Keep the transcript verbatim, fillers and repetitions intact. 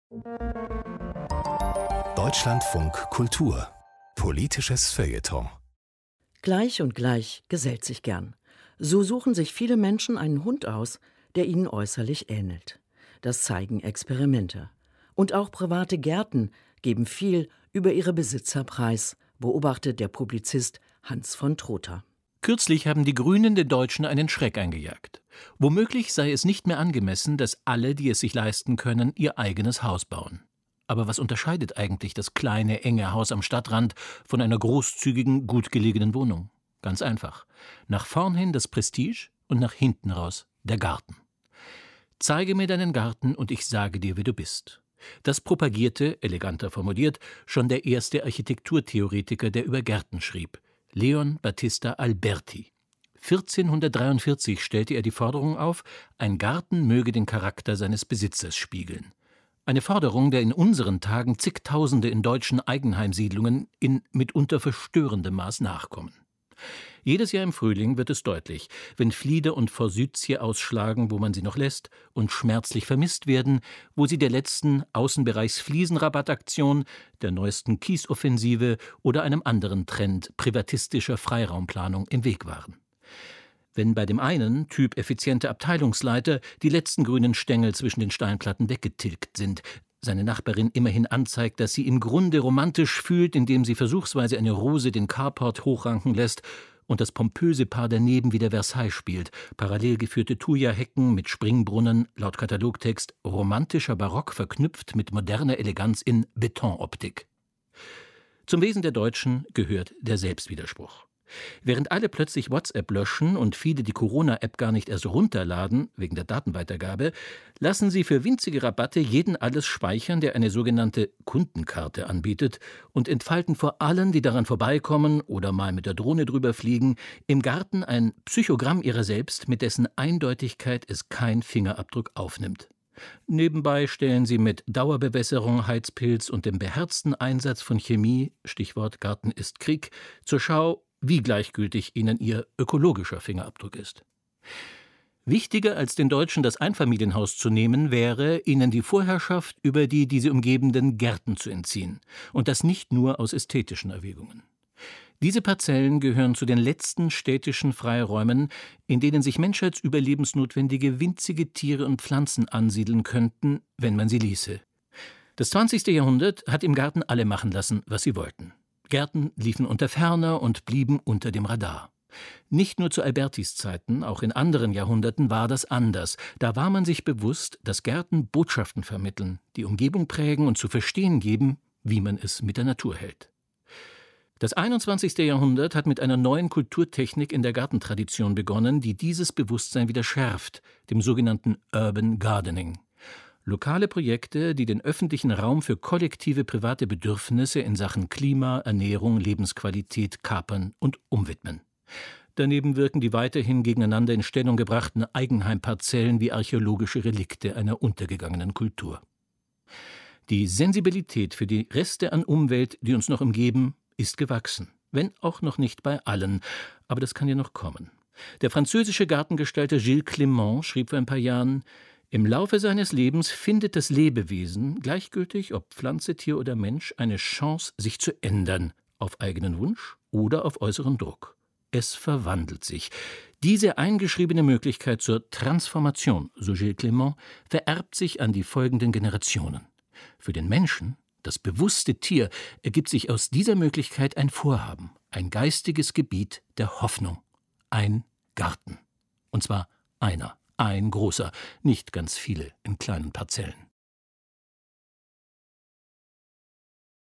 Deutschlandfunk Kultur. Politisches Feuilleton. Gleich und gleich gesellt sich gern. So suchen sich viele Menschen einen Hund aus, der ihnen äußerlich ähnelt. Das zeigen Experimente. Und auch private Gärten geben viel über ihre Besitzer preis, beobachtet der Publizist Hans von Trotha. Kürzlich haben die Grünen den Deutschen einen Schreck eingejagt. Womöglich sei es nicht mehr angemessen, dass alle, die es sich leisten können, ihr eigenes Haus bauen. Aber was unterscheidet eigentlich das kleine, enge Haus am Stadtrand von einer großzügigen, gut gelegenen Wohnung? Ganz einfach. Nach vorn hin das Prestige und nach hinten raus der Garten. Zeige mir deinen Garten und ich sage dir, wer du bist. Das propagierte, eleganter formuliert, schon der erste Architekturtheoretiker, der über Gärten schrieb, Leon Battista Alberti. vierzehnhundertdreiundvierzig stellte er die Forderung auf, ein Garten möge den Charakter seines Besitzers spiegeln. Eine Forderung, der in unseren Tagen zigtausende in deutschen Eigenheimsiedlungen in mitunter verstörendem Maß nachkommen. Jedes Jahr im Frühling wird es deutlich, wenn Flieder und Forsythie ausschlagen, wo man sie noch lässt, und schmerzlich vermisst werden, wo sie der letzten Außenbereichs-Fliesenrabattaktion, der neuesten Kiesoffensive oder einem anderen Trend privatistischer Freiraumplanung im Weg waren. Wenn bei dem einen, Typ effiziente Abteilungsleiter, die letzten grünen Stängel zwischen den Steinplatten weggetilgt sind, seine Nachbarin immerhin anzeigt, dass sie im Grunde romantisch fühlt, indem sie versuchsweise eine Rose den Carport hochranken lässt und das pompöse Paar daneben wieder Versailles spielt, parallel geführte Thuja-Hecken mit Springbrunnen, laut Katalogtext romantischer Barock verknüpft mit moderner Eleganz in Betonoptik. Zum Wesen der Deutschen gehört der Selbstwiderspruch. Während alle plötzlich WhatsApp löschen und viele die Corona-App gar nicht erst runterladen, wegen der Datenweitergabe, lassen sie für winzige Rabatte jeden alles speichern, der eine sogenannte Kundenkarte anbietet, und entfalten vor allen, die daran vorbeikommen oder mal mit der Drohne drüber fliegen, im Garten ein Psychogramm ihrer selbst, mit dessen Eindeutigkeit es kein Fingerabdruck aufnimmt. Nebenbei stellen sie mit Dauerbewässerung, Heizpilz und dem beherzten Einsatz von Chemie, Stichwort Garten ist Krieg, zur Schau, wie gleichgültig ihnen ihr ökologischer Fingerabdruck ist. Wichtiger als den Deutschen das Einfamilienhaus zu nehmen, wäre, ihnen die Vorherrschaft über die diese umgebenden Gärten zu entziehen. Und das nicht nur aus ästhetischen Erwägungen. Diese Parzellen gehören zu den letzten städtischen Freiräumen, in denen sich menschheitsüberlebensnotwendige winzige Tiere und Pflanzen ansiedeln könnten, wenn man sie ließe. Das zwanzigste Jahrhundert hat im Garten alle machen lassen, was sie wollten. Gärten liefen unter Ferner und blieben unter dem Radar. Nicht nur zu Albertis Zeiten, auch in anderen Jahrhunderten war das anders. Da war man sich bewusst, dass Gärten Botschaften vermitteln, die Umgebung prägen und zu verstehen geben, wie man es mit der Natur hält. Das einundzwanzigste Jahrhundert hat mit einer neuen Kulturtechnik in der Gartentradition begonnen, die dieses Bewusstsein wieder schärft, dem sogenannten Urban Gardening. Lokale Projekte, die den öffentlichen Raum für kollektive private Bedürfnisse in Sachen Klima, Ernährung, Lebensqualität kapern und umwidmen. Daneben wirken die weiterhin gegeneinander in Stellung gebrachten Eigenheimparzellen wie archäologische Relikte einer untergegangenen Kultur. Die Sensibilität für die Reste an Umwelt, die uns noch umgeben, ist gewachsen, wenn auch noch nicht bei allen, aber das kann ja noch kommen. Der französische Gartengestalter Gilles Clément schrieb vor ein paar Jahren: Im Laufe seines Lebens findet das Lebewesen, gleichgültig ob Pflanze, Tier oder Mensch, eine Chance, sich zu ändern, auf eigenen Wunsch oder auf äußeren Druck. Es verwandelt sich. Diese eingeschriebene Möglichkeit zur Transformation, so Gilles Clément, vererbt sich an die folgenden Generationen. Für den Menschen, das bewusste Tier, ergibt sich aus dieser Möglichkeit ein Vorhaben, ein geistiges Gebiet der Hoffnung, ein Garten. Und zwar einer. Ein großer, nicht ganz viele in kleinen Parzellen.